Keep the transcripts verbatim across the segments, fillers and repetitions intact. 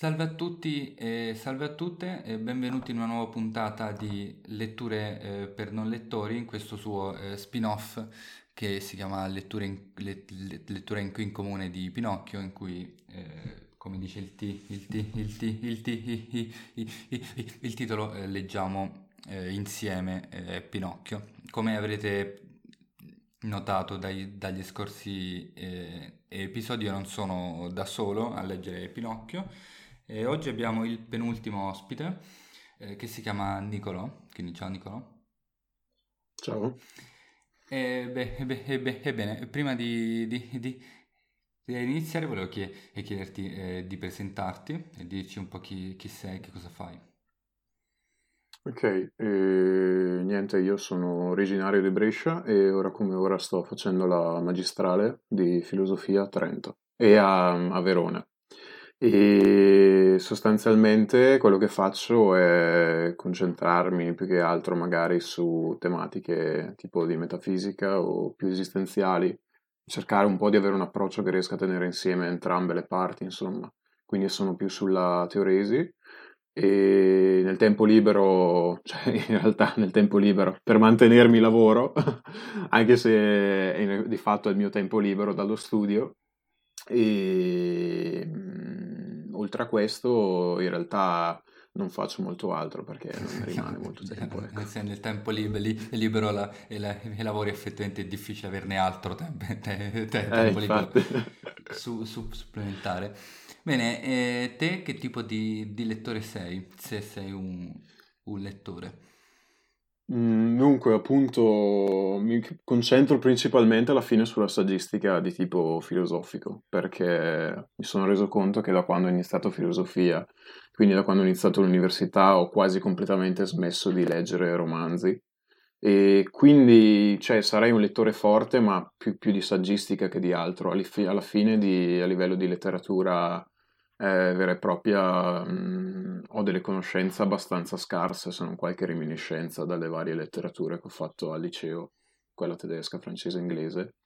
Salve a tutti e salve a tutte e benvenuti in una nuova puntata di Letture eh, per non lettori, in questo suo eh, spin-off che si chiama Letture in, le- le- Letture in, in comune di Pinocchio, in cui, eh, come dice il, ti- il, ti- il, ti- il, ti- i- i- i- i- i- il titolo, eh, leggiamo eh, insieme eh, Pinocchio. Come avrete notato dai- dagli scorsi eh, episodi, io non sono da solo a leggere Pinocchio e oggi abbiamo il penultimo ospite eh, che si chiama Nicolò, quindi ciao Nicolò. Ciao. E, beh, e beh, e beh, ebbene, prima di, di- di- di iniziare volevo chie- chiederti eh, di presentarti e dirci un po' chi, chi sei, che cosa fai. Ok, e niente, io sono originario di Brescia e ora come ora sto facendo la magistrale di filosofia a Trento e a, a Verona. E sostanzialmente quello che faccio è concentrarmi più che altro magari su tematiche tipo di metafisica o più esistenziali, cercare un po' di avere un approccio che riesca a tenere insieme entrambe le parti, insomma. Quindi sono più sulla teoresi e nel tempo libero, cioè in realtà nel tempo libero, per mantenermi lavoro, anche se è di fatto è il mio tempo libero dallo studio. E mm, oltre a questo, in realtà non faccio molto altro perché non mi rimane molto tempo, ecco. Se nel tempo lib- li- libero la- e, la- e lavori effettivamente è difficile averne altro tempo, te- te- Eh, tempo libero infatti. su- su- supplementare. Bene, e te che tipo di, di lettore sei? Se sei un, un lettore. Mm, Dunque, appunto, mi concentro principalmente alla fine sulla saggistica di tipo filosofico, perché mi sono reso conto che da quando ho iniziato filosofia, quindi da quando ho iniziato l'università, ho quasi completamente smesso di leggere romanzi. E quindi, cioè, sarei un lettore forte, ma più, più di saggistica che di altro. Alla fi- alla fine, di- a livello di letteratura eh, vera e propria, mh, ho delle conoscenze abbastanza scarse, se non qualche reminiscenza dalle varie letterature che ho fatto al liceo, quella tedesca, francese, inglese.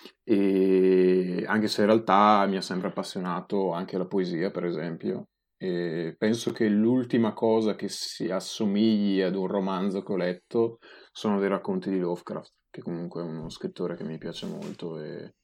E anche se in realtà mi ha sempre appassionato anche la poesia, per esempio. E penso che l'ultima cosa che si assomigli ad un romanzo che ho letto sono dei racconti di Lovecraft, che comunque è uno scrittore che mi piace molto e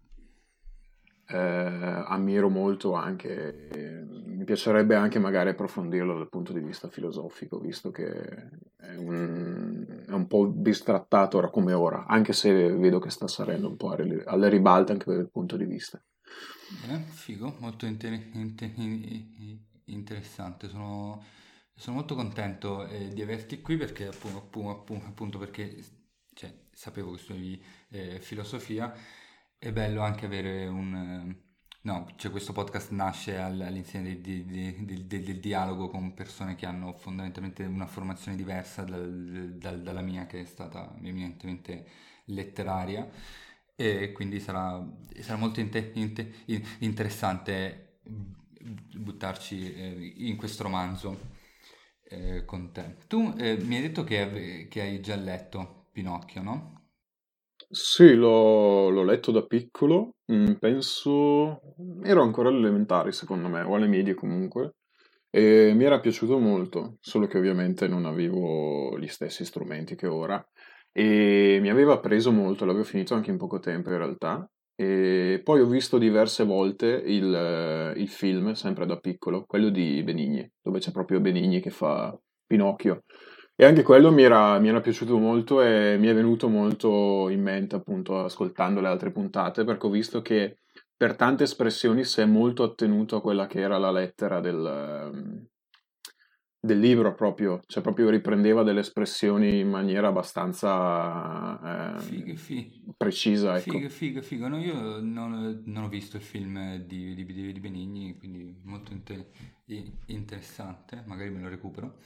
eh, ammiro molto anche. E mi piacerebbe anche magari approfondirlo dal punto di vista filosofico, visto che è un, è un po' bistrattato ora come ora, anche se vedo che sta salendo un po' alle alle ribalte anche dal punto di vista. Bene, figo, molto inter- inter- in- interessante. Sono, sono molto contento eh, di averti qui perché appunto, appunto, appunto, appunto perché cioè, sapevo che studiavi eh, filosofia. È bello anche avere un... eh, no, cioè questo podcast nasce all- all'insieme del, di- di- del- del- del dialogo con persone che hanno fondamentalmente una formazione diversa dal- dal- dalla mia, che è stata eminentemente letteraria. E quindi sarà, sarà molto inte- inte- in- interessante buttarci eh, in questo romanzo eh, con te. Tu eh, mi hai detto che, ave- che hai già letto Pinocchio, no? Sì, l'ho l'ho letto da piccolo, mm, penso ero ancora alle elementari secondo me, o alle medie comunque, e mi era piaciuto molto, solo che ovviamente non avevo gli stessi strumenti che ora, e mi aveva preso molto, l'avevo finito anche in poco tempo in realtà, e poi ho visto diverse volte il, eh, il film, sempre da piccolo, quello di Benigni, dove c'è proprio Benigni che fa Pinocchio. E anche quello mi era, mi era piaciuto molto e mi è venuto molto in mente appunto ascoltando le altre puntate perché ho visto che per tante espressioni si è molto attenuto a quella che era la lettera del, ehm, del libro proprio, cioè proprio riprendeva delle espressioni in maniera abbastanza Figo, ehm, fi- precisa, ecco. figo, figo, figo. No, io non, non ho visto il film di, di, di- di Benigni, quindi molto inte- i- interessante, magari me lo recupero.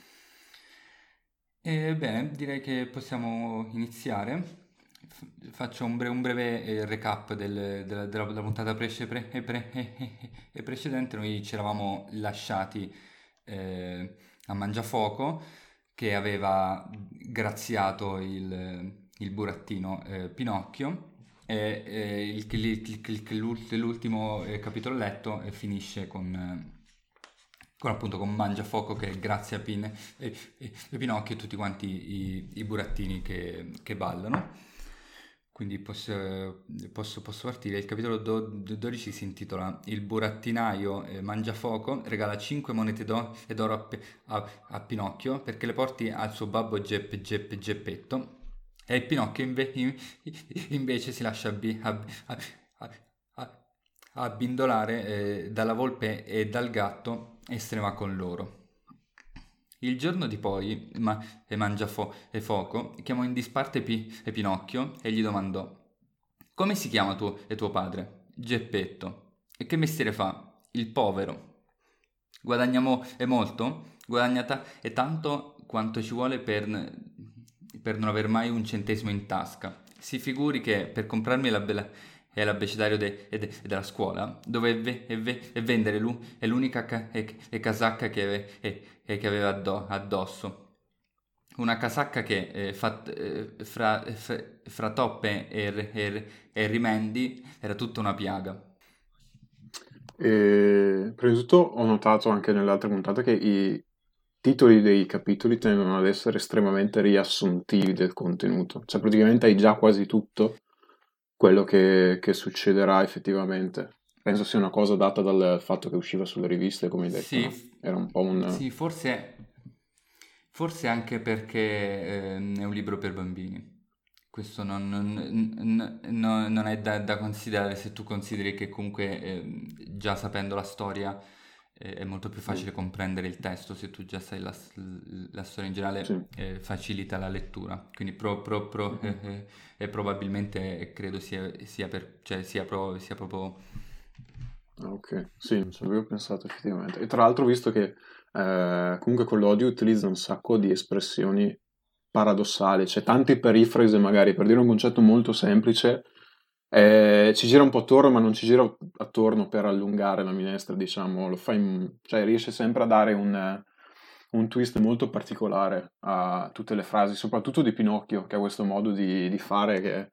E bene, direi che possiamo iniziare. F- Faccio un, bre- un breve eh, recap del- della, della- della puntata prece- pre- e pre- e precedente. Noi ci eravamo lasciati eh, a Mangiafoco che aveva graziato il, il burattino eh, Pinocchio e eh, il- il- il- il- l'ultimo eh, capitolo letto eh, finisce con, eh, con appunto con Mangiafoco che grazie a Pin e, e- e Pinocchio e tutti quanti i, i burattini che, che ballano. Quindi posso, posso, posso partire. Il capitolo do- dodici si intitola Il burattinaio eh, Mangiafoco regala cinque monete d'o- d'oro a, Pe- a- a Pinocchio perché le porti al suo babbo Geppe Geppe Geppetto e Pinocchio inve- in- invece si lascia abbi- ab- a, a- a- abbindolare eh, dalla volpe e dal gatto e se ne va con loro. Il giorno di poi, ma, e Mangiafo e Foco chiamò in disparte Pi- e Pinocchio e gli domandò: come si chiama tuo e tuo padre? Geppetto. E che mestiere fa? Il povero. Guadagniamo e molto? Guadagna ta- e tanto quanto ci vuole per, per non aver mai un centesimo in tasca. Si figuri che per comprarmi la bella e l'abbecedario de- e de- e della scuola, dove ve- e ve- e vendere lu- è l'unica ca- e- e casacca che, ave- e- e che aveva addo- addosso. Una casacca che eh, fa- eh, fra, fra- fra toppe e, r- e r- e rimendi era tutta una piaga. E prima di tutto ho notato anche nelle altre puntate che i titoli dei capitoli tendono ad essere estremamente riassuntivi del contenuto, cioè praticamente hai già quasi tutto quello che, che succederà effettivamente. Penso sia una cosa data dal fatto che usciva sulle riviste, come hai detto, Sì, no? f- Era un po' un... sì, forse, forse anche perché ehm, è un libro per bambini. Questo non, non- n- n- non è da, da considerare se tu consideri che comunque ehm, già sapendo la storia eh, è molto più mm, facile comprendere il testo, se tu già sai la, s- la storia in sì. generale eh, facilita la lettura. Quindi pro, pro- pro- Mhm. eh, eh, e probabilmente eh, credo sia, sia, per, cioè, sia, pro- sia proprio... Ah, ok, sì, non ci avevo pensato effettivamente. E tra l'altro ho visto che eh, comunque con l'audio utilizza un sacco di espressioni paradossali, c'è tante perifrasi magari per dire un concetto molto semplice, eh, ci gira un po' attorno, ma non ci gira attorno per allungare la minestra, diciamo, lo fa in- cioè riesce sempre a dare un, eh, un twist molto particolare a tutte le frasi, soprattutto di Pinocchio, che ha questo modo di, di fare che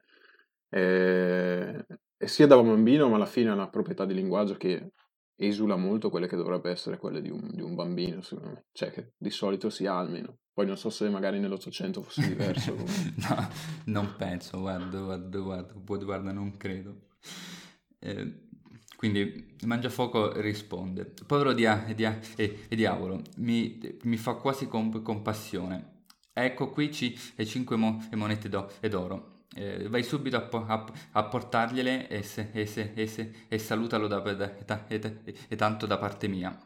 è, è sia da bambino, ma alla fine è una proprietà di linguaggio che esula molto quelle che dovrebbe essere quelle di un, di un bambino, secondo me, cioè che di solito si ha almeno. Poi non so se magari nell'Ottocento fosse diverso come... No, non penso, guarda, guarda, guarda, guarda, guarda, non credo. Eh, quindi Mangiafoco risponde: povero dia, dia- e, e diavolo, mi, mi fa quasi comp- compassione. Ecco qui ci, le cinque mo- e monete d'o- ed oro. Eh, vai subito a, po- a- a portargliele e, se- e se- e se- e salutalo da, da- da- e, e- e tanto da parte mia.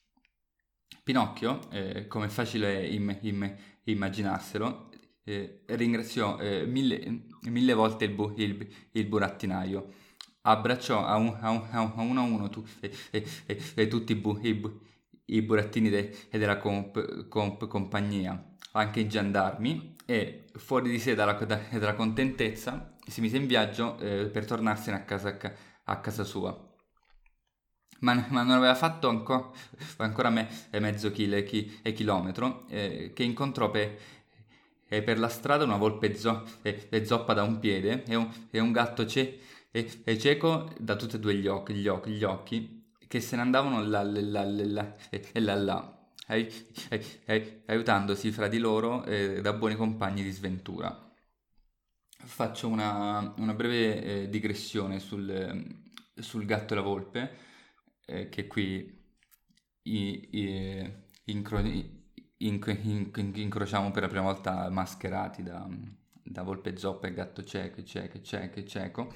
Pinocchio, eh, come è facile im- im- immaginarselo, eh, ringraziò eh, mille, mille volte il, bu- il- il burattinaio, abbracciò a, un- a un- a un- a uno a uno tu- e, e- e- e tutti i, bu- i bu- i burattini de- e della comp- comp- compagnia, anche i gendarmi, e fuori di sé dalla, da- dalla contentezza si mise in viaggio eh, per tornarsene a casa, a ca- a casa sua. Ma, ma non aveva fatto anco- ancora me, eh, mezzo chilo e, chi- e chilometro eh, che incontrò pe- eh, per la strada una volpe zo- eh, eh, zoppa da un piede e un, e un gatto ce- e- e cieco da tutti e due gli occhi, gli occhi, gli occhi che se ne andavano là, là, là, là, là, e e là, là, ai- ai- ai- aiutandosi fra di loro eh, da buoni compagni di sventura. Faccio una, una breve eh, digressione sul, ehm, sul gatto e la volpe, eh, che qui i- i- incro- i- inc- inc- incrociamo per la prima volta mascherati da, da volpe zoppa e gatto cieco, cieco, cieco, cieco,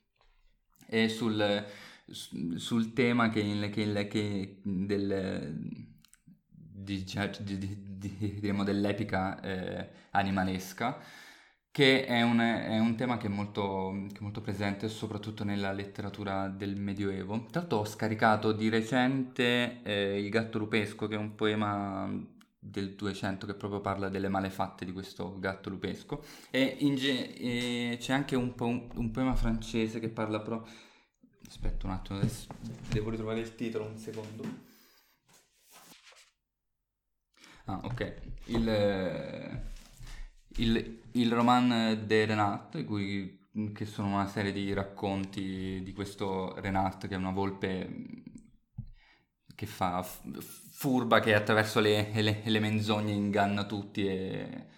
e sul, su- sul tema che, il- che, il- che del, di- di- di- di- diremo dell'epica eh, animalesca, che è un, è un tema che è molto, che è molto presente soprattutto nella letteratura del Medioevo. Tra l'altro ho scaricato di recente eh, Il gatto rupesco, che è un poema del duecento che proprio parla delle malefatte di questo gatto rupesco. E, in ge- e c'è anche un, po- un poema francese che parla pro... Aspetta un attimo, adesso devo ritrovare il titolo, un secondo. Ah, ok. Il, eh, il, il roman de Renat, cui- che sono una serie di racconti di questo Renat, che è una volpe che fa f- furba, che attraverso le, le- le menzogne inganna tutti e,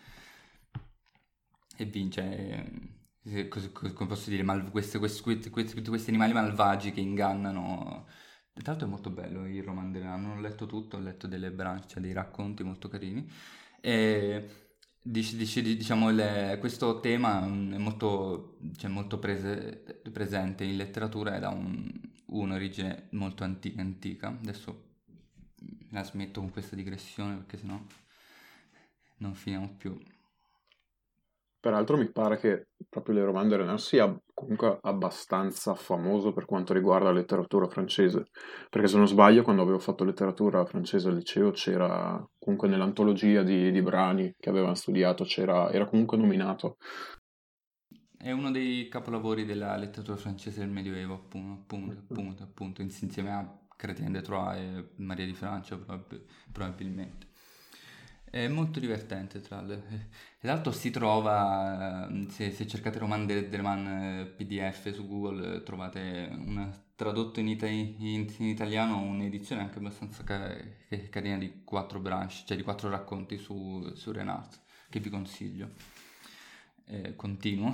e vince. E- cos- cos- come posso dire, mal- queste- questi, questi- questi- questi animali malvagi che ingannano. Tra l'altro è molto bello il roman della... Non ho letto tutto, ho letto delle braccia, dei racconti molto carini. E dici- dici- diciamo, le- questo tema mm, è molto, cioè, molto prese- presente in letteratura ed ha un- un'origine molto anti- antica. Adesso la smetto con questa digressione perché sennò non finiamo più. Peraltro mi pare che proprio Le Roman de Renard sia comunque abbastanza famoso per quanto riguarda la letteratura francese, perché se non sbaglio quando avevo fatto letteratura francese al liceo c'era comunque nell'antologia di, di brani che avevano studiato, c'era, era comunque nominato. È uno dei capolavori della letteratura francese del Medioevo, appunto, appunto, appunto, appunto, ins- insieme a Chrétien de Troyes e Maria di Francia, probab- probabilmente. È molto divertente, tra le... Tra l'altro si trova, eh, se, se cercate Roman de, de Man eh, P D F su Google, eh, trovate una, tradotto in, ita- in- in italiano un'edizione anche abbastanza ca- ca- carina di quattro branche, cioè di quattro racconti su, su Renard, che vi consiglio. Eh, continuo.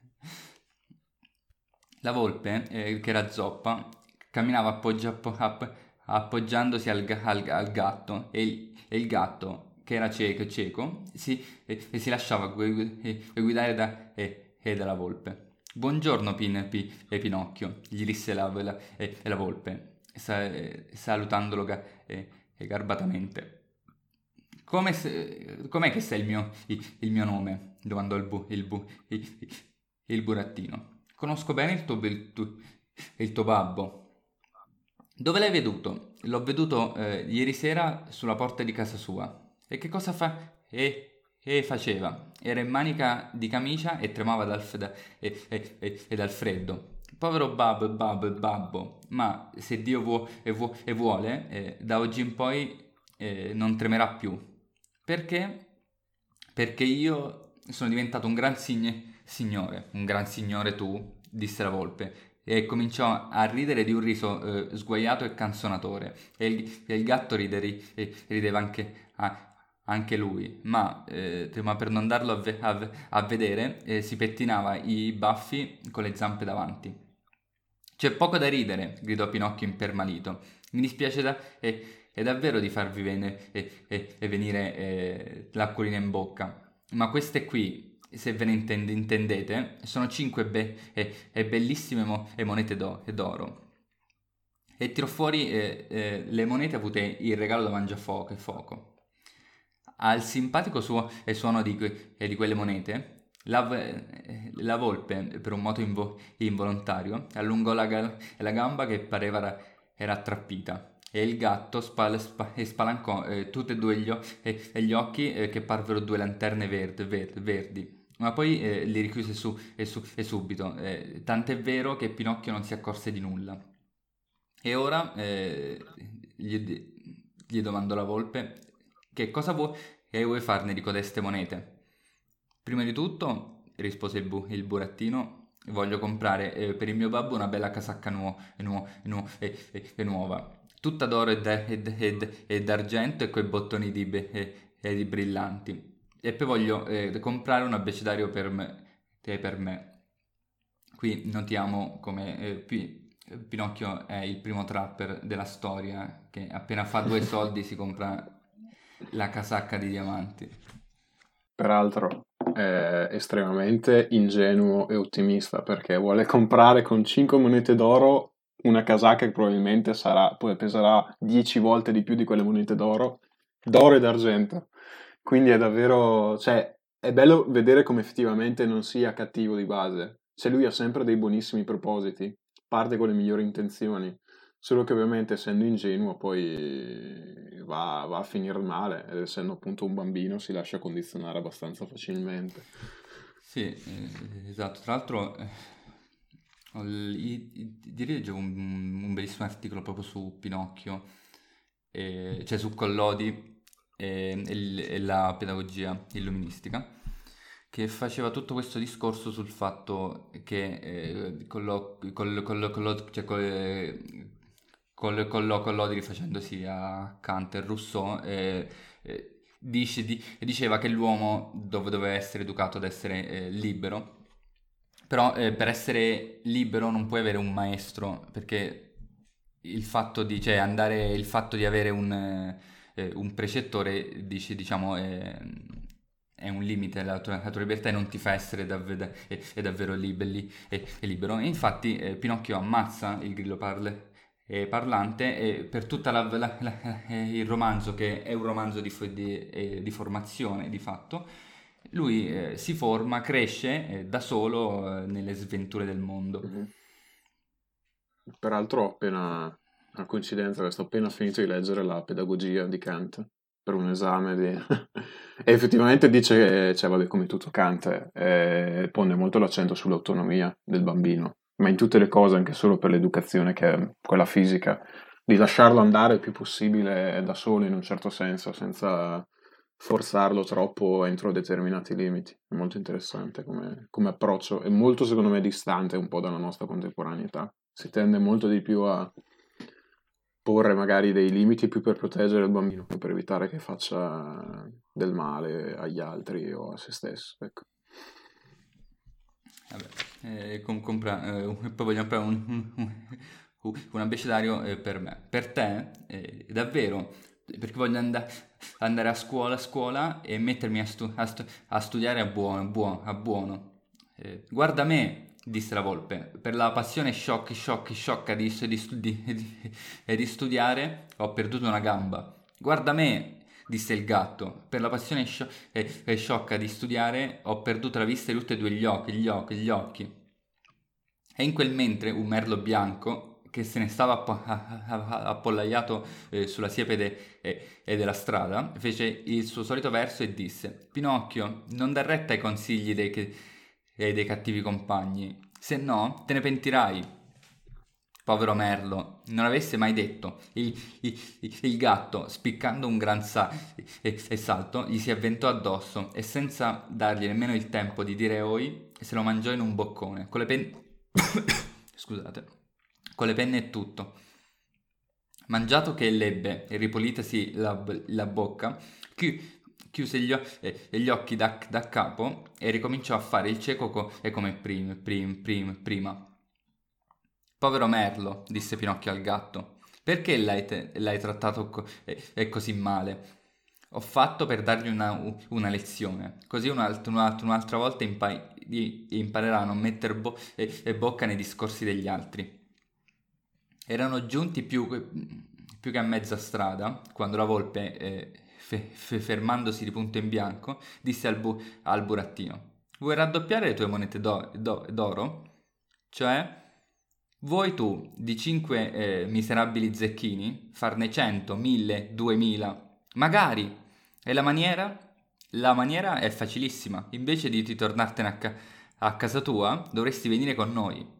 La volpe, eh, che era zoppa, camminava appoggia- appo- app- appoggiandosi al, ga- al- al gatto e il, e il gatto, che era cieco, cieco si, e, e si lasciava gu- e- e guidare da, e, e dalla volpe. Buongiorno Pin, Pi- e Pinocchio, gli disse la, la- e, e la volpe, sa- eh, salutandolo ga- e- e garbatamente. Come se- com'è che sai il mio, il, il mio nome? Domandò il, bu, il, bu, il, il burattino. Conosco bene il tuo, il tuo, il tuo babbo. Dove l'hai veduto? L'ho veduto eh, ieri sera sulla porta di casa sua. E che cosa fa? E, e faceva? Era in manica di camicia e tremava dal, f- da- e, e- e- e dal freddo. Povero babbo, babbo, babbo, ma se Dio vuo, e, vuo- e vuole, eh, da oggi in poi eh, non tremerà più. Perché? Perché io sono diventato un gran signe- signore, un gran signore tu, disse la volpe, e cominciò a ridere di un riso eh, sguaiato e canzonatore, e il, e il gatto ride- ri- e rideva anche, a- anche lui, ma, eh, ma per non darlo a, ve- a ve- a vedere eh, si pettinava i baffi con le zampe davanti. C'è poco da ridere, gridò Pinocchio impermalito. Mi dispiace da... è, è davvero di farvi vene- e, e- e venire eh, l'acquolina in bocca. Ma queste qui, se ve ne intende- intendete, sono cinque be- e, e bellissime mo- e monete d'o- e d'oro. E tirò fuori eh, eh, le monete avute in regalo da Mangiafoco e Foco. Al simpatico suo e suono di, que- e di quelle monete, la, v- la volpe, per un moto invo- involontario, allungò la, ga- la gamba che pareva ra- era attrappita, e il gatto spal- spa- e spalancò eh, tutti e due gli, o- e- e gli occhi eh, che parvero due lanterne verde- ver- verdi. Ma poi eh, li richiuse su e, su- e subito, eh, tant'è vero che Pinocchio non si accorse di nulla. E ora eh, gli, gli domandò la volpe: che cosa vuoi, che vuoi farne di codeste monete? Prima di tutto, rispose il, bu- il burattino, voglio comprare eh, per il mio babbo una bella casacca nuo- nuo- nuo- e, e- e nuova, tutta d'oro e, da- e, e- e d'argento e coi bottoni di, be- e, e di brillanti. E poi voglio eh, comprare un abbecedario per me, eh, per me. Qui notiamo come eh, Pi- Pinocchio è il primo trapper della storia che appena fa due soldi si compra la casacca di diamanti. Peraltro è estremamente ingenuo e ottimista perché vuole comprare con cinque monete d'oro una casacca che probabilmente sarà, poi peserà dieci volte di più di quelle monete d'oro, d'oro e d'argento. Quindi è davvero, cioè, è bello vedere come effettivamente non sia cattivo di base. Cioè, lui ha sempre dei buonissimi propositi, parte con le migliori intenzioni, solo che ovviamente essendo ingenuo poi va, va a finire male, ed essendo appunto un bambino si lascia condizionare abbastanza facilmente. Sì, eh, esatto. Tra l'altro, eh, ho l- i- i- ieri leggevo un, un bellissimo articolo proprio su Pinocchio, eh, cioè su Collodi e, e l- e la pedagogia illuministica, che faceva tutto questo discorso sul fatto che eh, collo- col- col- collo- cioè, col- col, con, lo- con l'Odi rifacendosi a Kant e Rousseau, eh, eh, dice- di- diceva che l'uomo dov- doveva essere educato ad essere eh, libero, però eh, per essere libero non puoi avere un maestro, perché il fatto di, cioè, andare, il fatto di avere un, eh, eh, un precettore, dici, diciamo, è, è un limite alla tua, alla tua libertà e non ti fa essere davvero, è, è davvero liberi, è, è libero. E infatti eh, Pinocchio ammazza il grillo parle- eh, parlante e per tutto il romanzo, che è un romanzo di, fo- di, eh, di formazione di fatto, lui eh, si forma, cresce eh, da solo eh, nelle sventure del mondo. Mhm. Peraltro ho appena, a coincidenza, adesso ho appena finito di leggere la pedagogia di Kant per un esame di... e effettivamente dice, che, cioè vabbè, come tutto Kant, eh, pone molto l'accento sull'autonomia del bambino, ma in tutte le cose, anche solo per l'educazione, che è quella fisica, di lasciarlo andare il più possibile da solo in un certo senso, senza forzarlo troppo entro determinati limiti. È molto interessante come, come approccio e molto, secondo me, distante un po' dalla nostra contemporaneità. Si tende molto di più a porre magari dei limiti più per proteggere il bambino che per evitare che faccia del male agli altri o a se stesso. Ecco. Vabbè, eh, com- compra- eh, un- poi voglio comprare un, un, un- un abbecedario eh, per me. Per te, eh, davvero, perché voglio and- andare a scuola, a scuola e mettermi a, stu- a stu- a studiare a buono, buono, a buono. Eh, guarda me, disse la volpe, per la passione sciocca, sciocca, sciocca di, di, studi- di- e di studiare ho perduto una gamba. Guarda me, disse il gatto, per la passione scio- e, e sciocca di studiare ho perduto la vista di tutti e due gli occhi, gli occhi, gli occhi. E in quel mentre un merlo bianco, che se ne stava appo- a- a- a- appollaiato eh, sulla siepe de- e, e della strada, fece il suo solito verso e disse: Pinocchio, non dar retta ai consigli dei, che- e dei cattivi compagni, se no te ne pentirai. Povero Merlo, non avesse mai detto. Il, il- il gatto, spiccando un gran sa- e, e salto, gli si avventò addosso e senza dargli nemmeno il tempo di dire oi, se lo mangiò in un boccone, con le penne... Scusate, con le penne e tutto. Mangiato che l'ebbe e ripulitasi la, la bocca, chi- chiuse gli, o- eh, gli occhi da, da capo e ricominciò a fare il cieco co- e come prim, prim, prim, prima. Povero Merlo, disse Pinocchio al gatto, perché l'hai, te- l'hai trattato co- eh, eh, così male? Ho fatto per dargli una, u- una lezione, così un'alt- un'alt- un'altra volta impa- i- imparerà a non mettere bo- eh, eh, bocca nei discorsi degli altri. Erano giunti più, più che a mezza strada, quando la volpe, eh, fe- fe- fermandosi di punto in bianco, disse al, bu- al burattino: Vuoi raddoppiare le tue monete d'o- d'o- d'oro? Cioè, vuoi tu di cinque eh, miserabili zecchini farne cento, mille, duemila? Magari! E la maniera? La maniera è facilissima. Invece di ritornartene a, ca- a casa tua, dovresti venire con noi.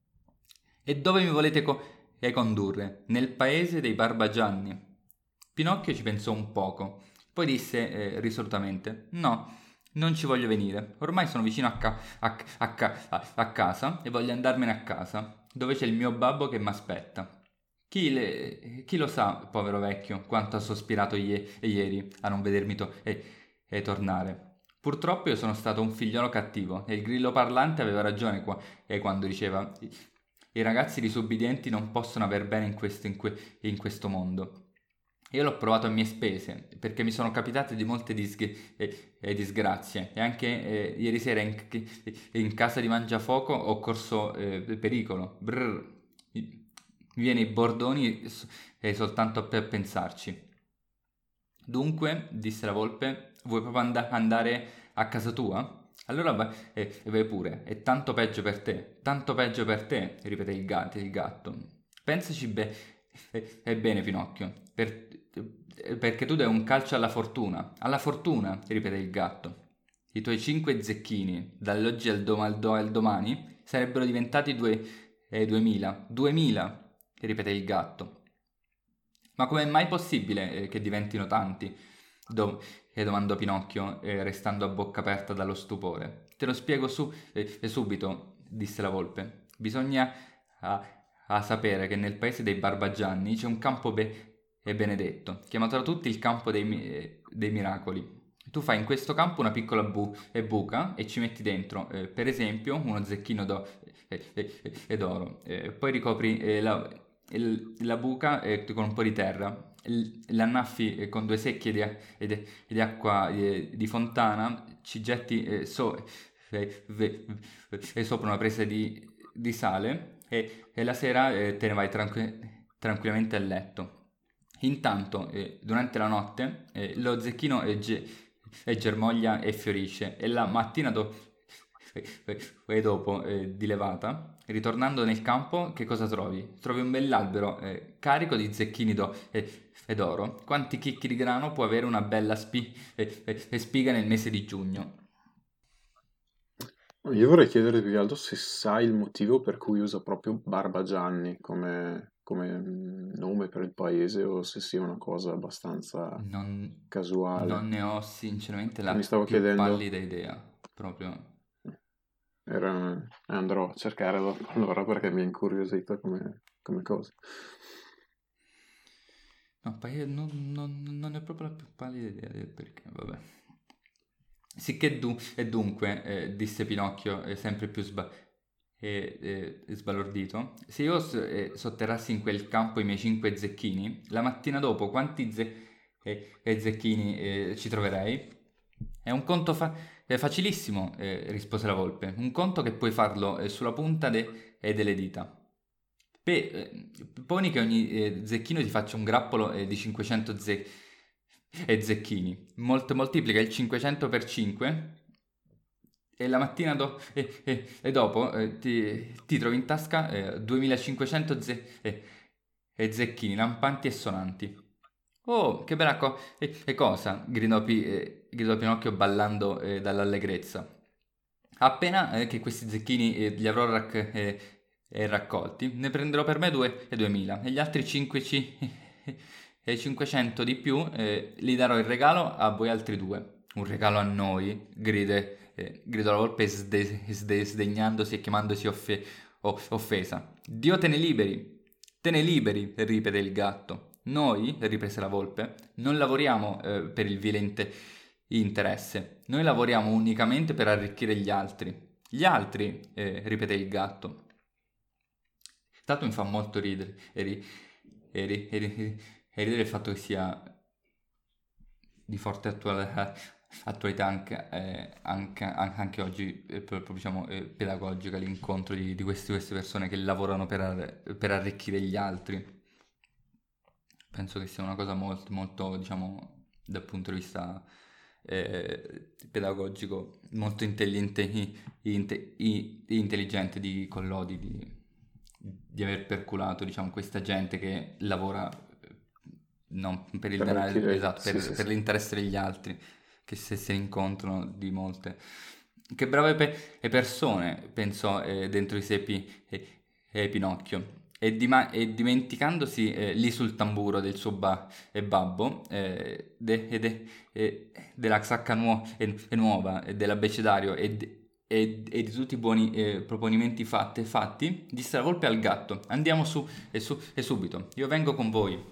E dove mi volete co- eh, condurre? Nel paese dei Barbagianni. Pinocchio ci pensò un poco, poi disse eh, risolutamente: No, non ci voglio venire. Ormai sono vicino a, ca- a- a ca- a- a casa e voglio andarmene a casa, dove c'è il mio babbo che mi aspetta. Chi, le- chi lo sa, povero vecchio, quanto ha sospirato ie- ieri a non vedermi to- e, e tornare. Purtroppo io sono stato un figliolo cattivo e il grillo parlante aveva ragione qua- e quando diceva: I ragazzi disubbidienti non possono aver bene in questo, in que- in questo mondo. Io l'ho provato a mie spese, perché mi sono capitate di molte disg- eh, eh, disgrazie e anche eh, ieri sera in, in casa di Mangiafoco ho corso eh, pericolo. Brrr. Mi viene i bordoni s- eh, soltanto per pensarci. Dunque, disse la volpe, vuoi proprio and- andare a casa tua? Allora vai, eh, vai pure, è tanto peggio per te, tanto peggio per te, ripeté il gatto. Il gatto. Pensaci be- eh, eh, bene, Pinocchio, per- eh, perché tu dai un calcio alla fortuna. Alla fortuna, ripeté il gatto. I tuoi cinque zecchini, dall'oggi al, dom- al do- al domani, sarebbero diventati due, eh, duemila. Duemila, ripeté il gatto. Ma com'è mai possibile eh, che diventino tanti? Do- eh, domandò Pinocchio, eh, restando a bocca aperta dallo stupore. Te lo spiego su- eh, eh, subito, disse la volpe. Bisogna ah, a sapere che nel paese dei Barbagianni c'è un campo be- e benedetto, chiamato da tutti il campo dei, mi- eh, dei miracoli. Tu fai in questo campo una piccola bu- e buca e ci metti dentro, eh, per esempio, uno zecchino d'o- eh, eh, eh, ed oro. Eh, poi ricopri eh, la, il- la buca eh, con un po' di terra, l- l'annaffi eh, con due secchie di, a- e di- e di acqua eh, di fontana, ci getti eh, so- eh, ve- e sopra una presa di, di sale e, e la sera eh, te ne vai tranqui- tranquillamente a letto. Intanto, eh, durante la notte, eh, lo zecchino eh, ge- eh, germoglia e fiorisce e la mattina do- e dopo eh, di levata, ritornando nel campo, che cosa trovi? Trovi un bell'albero eh, carico di zecchini d'o- e, ed oro. Quanti chicchi di grano può avere una bella spi- e, e- e spiga nel mese di giugno? Io vorrei chiedere più che altro se sai il motivo per cui usa proprio Barbagianni come, come mm, nome per il paese o se sia una cosa abbastanza Non, non casuale. ne ho sinceramente Che la mi stavo più chiedendo, pallida idea, proprio. era, eh, andrò a cercare dopo allora perché mi è incuriosita come, come cosa. No, pa- io non, non, non è proprio la più pallida idea del perché, vabbè. Sicché du- e dunque, eh, disse Pinocchio, eh, sempre più sba- eh, eh, sbalordito, se io s- eh, sotterrassi in quel campo i miei cinque zecchini, la mattina dopo quanti ze- eh, eh, zecchini eh, ci troverei? È un conto fa- è facilissimo, eh, rispose la volpe, un conto che puoi farlo eh, sulla punta de- eh, delle dita. Beh, eh, poni che ogni eh, zecchino ti faccia un grappolo eh, di cinquecento ze- e zecchini. Molt- moltiplica il cinquecento per cinque e la mattina do- e, e- e dopo eh, ti, ti trovi in tasca eh, duemilacinquecento ze- e, e zecchini lampanti e sonanti. Oh, che bella co- e, e cosa? Gridò, Pi- eh, gridò Pinocchio ballando eh, dall'allegrezza. Appena eh, che questi zecchini eh, li avrò rac- eh, eh, raccolti, ne prenderò per me due e duemila e gli altri cinque ci- e cinquecento di più eh, li darò in regalo a voi altri due. Un regalo a noi, gride, eh, gridò la volpe sde- sde- sdegnandosi e chiamandosi offe- o- offesa. Dio te ne liberi, te ne liberi, ripete il gatto. Noi, riprese la volpe, non lavoriamo eh, per il vile inte- interesse, noi lavoriamo unicamente per arricchire gli altri. Gli altri, eh, ripete il gatto. Tanto mi fa molto ridere e, ri- e ri- e ri- e ridere il fatto che sia di forte attuale- attualità anche, eh, anche- anche- anche oggi, eh, proprio, diciamo, eh, pedagogica, l'incontro di, di queste, queste persone che lavorano per, ar- per arricchire gli altri. Penso che sia una cosa molto, molto, diciamo, dal punto di vista eh, pedagogico, molto intelligente, i- inte- i- intelligente di Collodi di, di aver perculato, diciamo, questa gente che lavora eh, non per il Per denaro, arricchire, esatto, sì, per, sì, per sì. l'interesse degli altri, che se si incontrano di molte. Che brave pe- e persone, pensò eh, dentro di sé Pi- e, e Pinocchio. E, dima- e dimenticandosi eh, lì sul tamburo del suo ba- e babbo, eh, de- e de- e della sacca nuo- e, e nuova, e dell'abbecedario e, de- e- e di tutti i buoni eh, proponimenti fatti, fatti, disse la volpe al gatto: Andiamo su e, su e subito, io vengo con voi.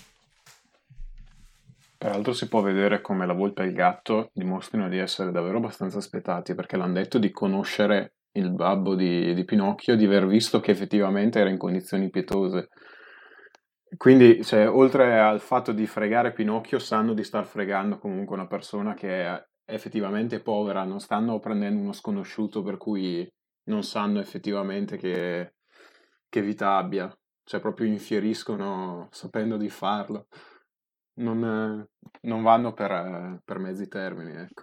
Peraltro si può vedere come la volpe e il gatto dimostrino di essere davvero abbastanza aspettati, perché l'hanno detto di conoscere il babbo di, di Pinocchio, di aver visto che effettivamente era in condizioni pietose. Quindi, cioè, oltre al fatto di fregare Pinocchio, sanno di star fregando comunque una persona che è effettivamente povera, non stanno prendendo uno sconosciuto per cui non sanno effettivamente che, che vita abbia, cioè proprio infieriscono sapendo di farlo. Non, eh, non vanno per, eh, per mezzi termini, ecco.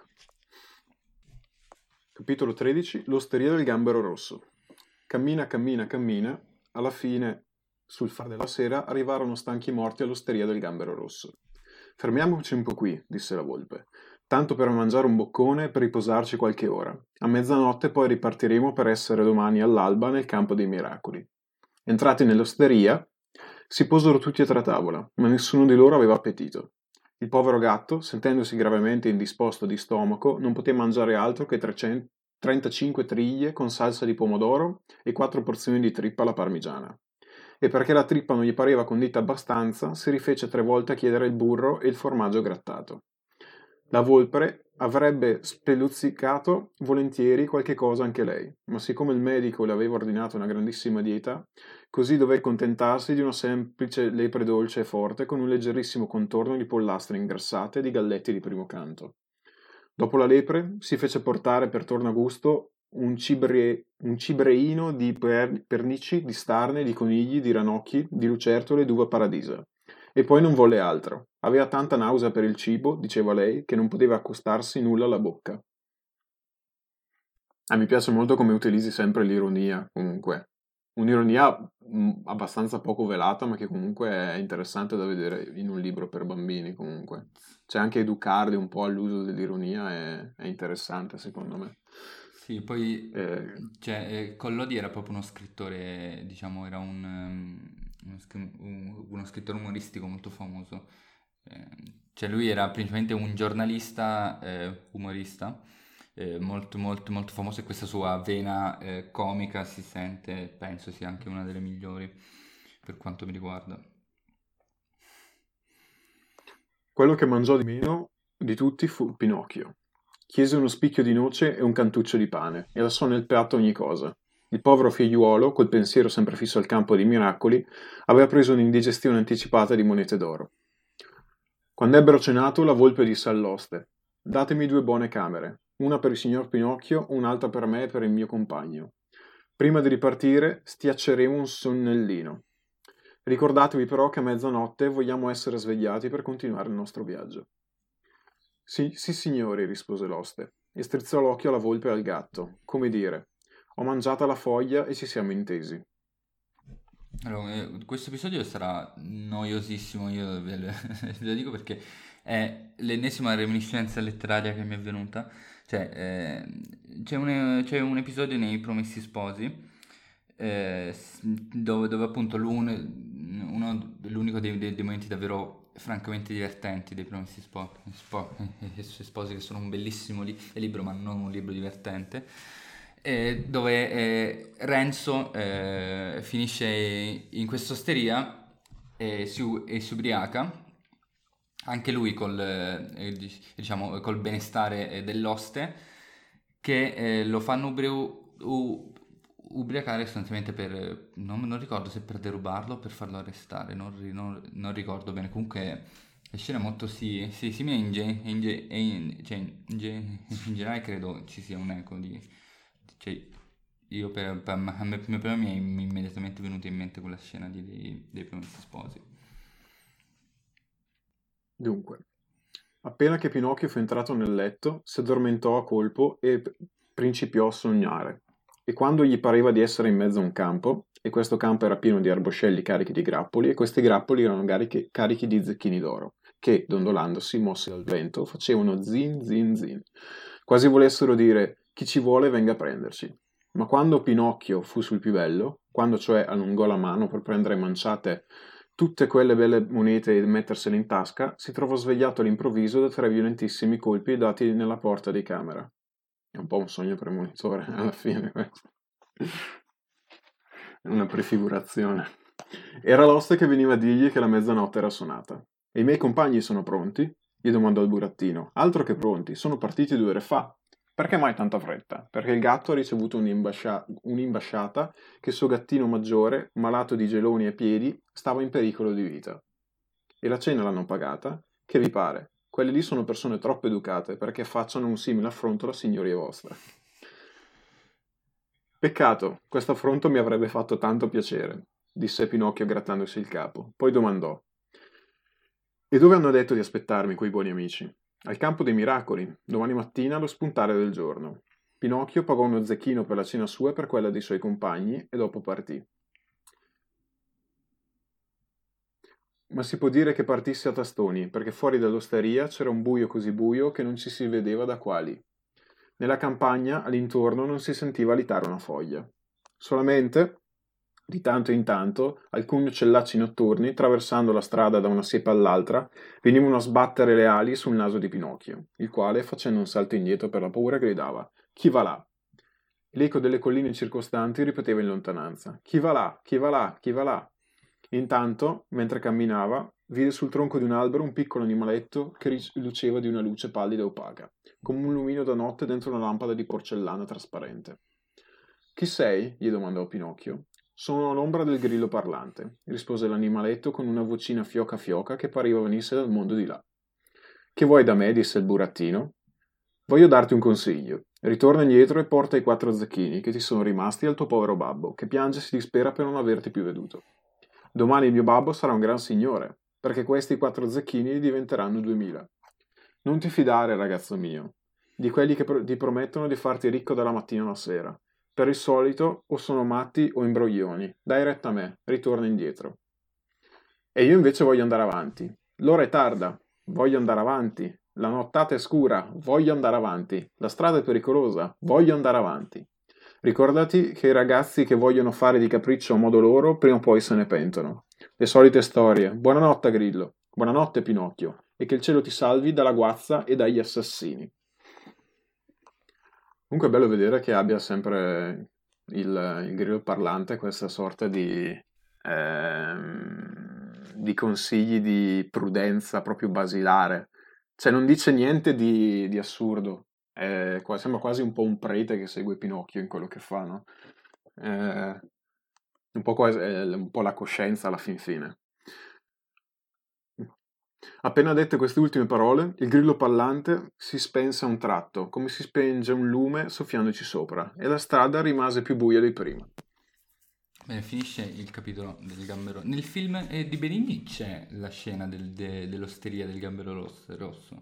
Capitolo tredici. L'osteria del gambero rosso. Cammina, cammina, cammina. Alla fine, sul far della sera, arrivarono stanchi morti all'osteria del gambero rosso. Fermiamoci un po' qui, disse la volpe, tanto per mangiare un boccone e per riposarci qualche ora. A mezzanotte poi ripartiremo per essere domani all'alba nel campo dei miracoli. Entrati nell'osteria, si posero tutti a tre a tavola, ma nessuno di loro aveva appetito. Il povero gatto, sentendosi gravemente indisposto di stomaco, non poté mangiare altro che trecento trentacinque triglie con salsa di pomodoro e quattro porzioni di trippa alla parmigiana. e perché la trippa non gli pareva condita abbastanza, si rifece tre volte a chiedere il burro e il formaggio grattato. La volpe avrebbe spelluzzicato volentieri qualche cosa anche lei, ma siccome il medico le aveva ordinato una grandissima dieta, così dové contentarsi di una semplice lepre dolce e forte con un leggerissimo contorno di pollastre ingrassate e di galletti di primo canto. Dopo la lepre si fece portare per tornagusto un, cibre, un cibreino di per, pernici, di starne, di conigli, di ranocchi, di lucertole e d'uva paradisa. E poi non volle altro. Aveva tanta nausea per il cibo, diceva lei, che non poteva accostarsi nulla alla bocca. Ah, mi piace molto come utilizzi sempre l'ironia, comunque. Un'ironia mh, abbastanza poco velata, ma che comunque è interessante da vedere in un libro per bambini, comunque. C'è anche educarli un po' all'uso dell'ironia, è, è interessante, secondo me. Sì, poi Eh, cioè, eh, Collodi era proprio uno scrittore, diciamo, era un, ehm, uno, scri- un- uno scrittore umoristico molto famoso. Eh, cioè lui era principalmente un giornalista eh, umorista, eh, molto, molto, molto famoso, e questa sua vena eh, comica si sente, penso sia anche una delle migliori per quanto mi riguarda. Quello che mangiò di meno di tutti fu Pinocchio. Chiese uno spicchio di noce e un cantuccio di pane, e lasciò nel piatto ogni cosa. Il povero figliuolo, col pensiero sempre fisso al campo dei miracoli, aveva preso un'indigestione anticipata di monete d'oro. Quando ebbero cenato, la volpe disse all'oste: Datemi due buone camere, una per il signor Pinocchio, un'altra per me e per il mio compagno. Prima di ripartire, stiacceremo un sonnellino. Ricordatevi però che a mezzanotte vogliamo essere svegliati per continuare il nostro viaggio. Sì, sì, signori, rispose l'oste, e strizzò l'occhio alla volpe e al gatto, come dire: Ho mangiata la foglia e ci siamo intesi. Allora, eh, questo episodio sarà noiosissimo, io ve lo, ve lo dico perché è l'ennesima reminiscenza letteraria che mi è venuta. Cioè, eh, c'è un, c'è un episodio nei Promessi Sposi eh, s- dove, dove appunto l'uno, uno- l'unico dei, dei- dei momenti davvero francamente divertenti dei Promessi Spo- Spo- Sposi, che sono un bellissimo li- libro, ma non un libro divertente, eh, dove eh, Renzo eh, finisce in questa osteria e si, u- e si ubriaca, anche lui col, eh, dic- diciamo, col benestare eh, dell'oste, che eh, lo fanno ubri- u- ubriacare sostanzialmente per, non, non ricordo se per derubarlo o per farlo arrestare, non, ri- non- non ricordo bene, comunque la scena è molto sì, sì, simile in, ge- in, ge- in- cioè, in ge- in generale credo ci sia un eco di, cioè, io per, per, a me, per me mi è immediatamente venuta in mente quella scena di, dei, dei Promessi Sposi. Dunque, appena che Pinocchio fu entrato nel letto, si addormentò a colpo e p- principiò a sognare. E quando gli pareva di essere in mezzo a un campo, e questo campo era pieno di erboscelli carichi di grappoli, e questi grappoli erano carichi, carichi di zecchini d'oro, che, dondolandosi, mossi dal vento, facevano zin zin zin. Quasi volessero dire: chi ci vuole venga a prenderci. Ma quando Pinocchio fu sul pivello, quando cioè allungò la mano per prendere manciate tutte quelle belle monete e mettersele in tasca, si trovò svegliato all'improvviso da tre violentissimi colpi dati nella porta di camera. È un po' un sogno premonitore, alla fine questo. È una prefigurazione. Era l'oste che veniva a dirgli che la mezzanotte era suonata. E i miei compagni sono pronti? Gli domandò il burattino. Altro che pronti, sono partiti due ore fa. Perché mai tanta fretta? Perché il gatto ha ricevuto un'imbascia- un'imbasciata che il suo gattino maggiore, malato di geloni ai piedi, stava in pericolo di vita. E la cena l'hanno pagata? Che vi pare? Quelle lì sono persone troppo educate perché facciano un simile affronto alla signoria vostra. Peccato, questo affronto mi avrebbe fatto tanto piacere, disse Pinocchio grattandosi il capo. Poi domandò: E dove hanno detto di aspettarmi quei buoni amici? Al campo dei miracoli, domani mattina allo spuntare del giorno. Pinocchio pagò uno zecchino per la cena sua e per quella dei suoi compagni e dopo partì. Ma si può dire che partisse a tastoni, perché fuori dall'osteria c'era un buio così buio che non ci si vedeva da quali. Nella campagna, all'intorno, non si sentiva alitare una foglia. Solamente, di tanto in tanto, alcuni uccellacci notturni, attraversando la strada da una siepe all'altra, venivano a sbattere le ali sul naso di Pinocchio, il quale, facendo un salto indietro per la paura, gridava: Chi va là? L'eco delle colline circostanti ripeteva in lontananza: Chi va là? Chi va là? Chi va là? Intanto, mentre camminava, vide sul tronco di un albero un piccolo animaletto che ri- luceva di una luce pallida e opaca, come un lumino da notte dentro una lampada di porcellana trasparente. Chi sei? Gli domandò Pinocchio. Sono l'ombra del grillo parlante, rispose l'animaletto con una vocina fioca fioca che pareva venisse dal mondo di là. Che vuoi da me? Disse il burattino. Voglio darti un consiglio. Ritorna indietro e porta i quattro zecchini che ti sono rimasti al tuo povero babbo, che piange e si dispera per non averti più veduto. Domani il mio babbo sarà un gran signore, perché questi quattro zecchini diventeranno duemila. Non ti fidare, ragazzo mio, di quelli che pro- ti promettono di farti ricco dalla mattina alla sera. Per il solito o sono matti o imbroglioni. Dai retta a me, ritorna indietro. E io invece voglio andare avanti. L'ora è tarda, voglio andare avanti. La nottata è scura, voglio andare avanti. La strada è pericolosa, voglio andare avanti. Ricordati che i ragazzi che vogliono fare di capriccio a modo loro, prima o poi se ne pentono. Le solite storie. Buonanotte, Grillo. Buonanotte, Pinocchio. E che il cielo ti salvi dalla guazza e dagli assassini. Comunque è bello vedere che abbia sempre il, il grillo parlante questa sorta di, ehm, di consigli di prudenza proprio basilare. Cioè non dice niente di, di assurdo. È qua- sembra quasi un po' un prete che segue Pinocchio in quello che fa, no? Eh, un po' quasi- è un po' la coscienza alla fin fine. Appena dette queste ultime parole, il grillo parlante si spense a un tratto, come si spenge un lume soffiandoci sopra, e la strada rimase più buia di prima. Bene, finisce il capitolo del gambero. Nel film eh, di Benigni c'è la scena del- de- dell'osteria del gambero rosso. rosso.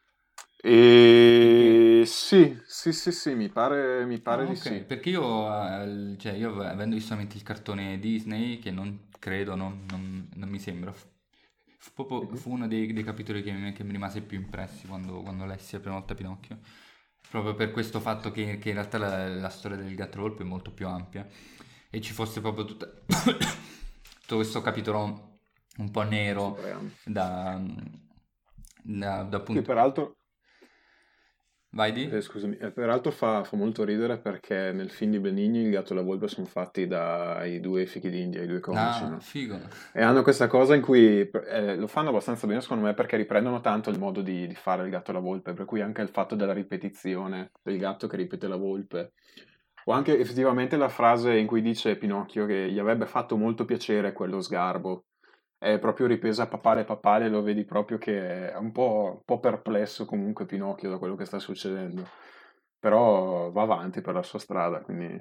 Perché E sì, sì, sì, sì, mi pare, mi pare Ah, di ok, sì. perché io, eh, cioè, io avendo visto solamente il cartone Disney, che non credo, non, non- non mi sembra, fu, fu proprio- Mhm. fu uno dei, dei capitoli che mi, che mi rimase più impressi quando, quando lessi la prima volta Pinocchio. Proprio per questo fatto che, che in realtà la, la storia del gatto volpe è molto più ampia e ci fosse proprio tutta- tutto questo capitolo un po' nero Supremo. da, da, da Sì, appunto... peraltro, Vai eh, di? scusami, eh, peraltro fa, fa molto ridere perché nel film di Benigni il gatto e la volpe sono fatti dai due fichi d'India, i due comici, Ah, no? figo. E hanno questa cosa in cui eh, lo fanno abbastanza bene, secondo me, perché riprendono tanto il modo di, di fare il gatto e la volpe, per cui anche il fatto della ripetizione del gatto che ripete la volpe, o anche effettivamente la frase in cui dice Pinocchio che gli avrebbe fatto molto piacere quello sgarbo, è proprio ripresa a papale papale, lo vedi proprio che è un po', un po' perplesso comunque Pinocchio da quello che sta succedendo, però va avanti per la sua strada, quindi...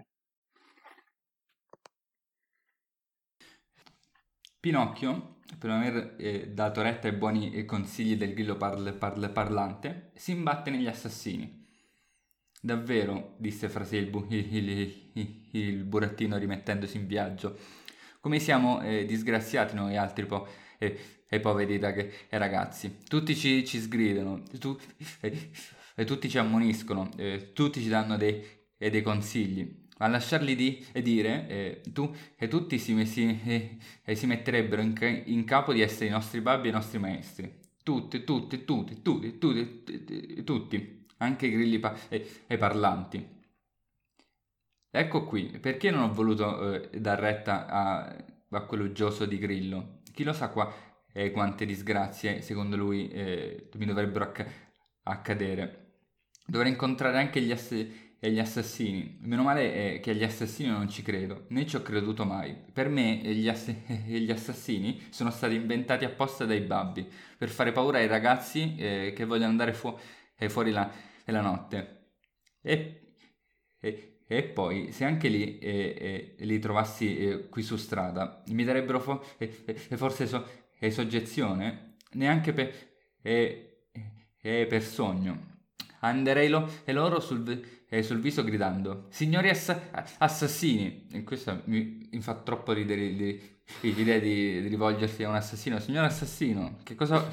Pinocchio, per non aver eh, dato retta ai buoni eh, consigli del grillo parl- parl- parlante, si imbatte negli assassini. Davvero, disse fra sé il, bu- il- il- il- il burattino rimettendosi in viaggio, come siamo eh, disgraziati noi altri po- eh, e poveri rag- e ragazzi. Tutti ci, ci sgridano, tu- e, e tutti ci ammoniscono, eh, tutti ci danno dei, e dei consigli. A lasciarli di, e dire, eh, tu e tutti si, si- eh, eh, si metterebbero in, ca- in capo di essere i nostri babbi e i nostri maestri. Tutti, tutti, tutti, tutti, tutti, tutti, tutti, anche i grilli pa- e, e parlanti. Ecco qui, perché non ho voluto eh, dar retta a, a quell'uggioso di Grillo? Chi lo sa qua eh, quante disgrazie, secondo lui, eh, mi dovrebbero acc- accadere. Dovrei incontrare anche gli, ass- e gli assassini. Meno male eh, che agli assassini non ci credo, né ci ho creduto mai. Per me eh, gli, ass- eh, gli assassini sono stati inventati apposta dai babbi, per fare paura ai ragazzi eh, che vogliono andare fu- eh, fuori la, la notte. E, e- e poi, se anche lì eh, eh, li trovassi eh, qui su strada, mi darebbero fo- eh, eh, forse so- eh, soggezione, neanche per, eh, eh, per sogno. Anderei lo- e loro sul, v- eh, sul viso gridando: Signori assa- assassini! E questo mi, mi fa troppo ridere di- l'idea di, di rivolgersi a un assassino. Signor assassino, che cosa,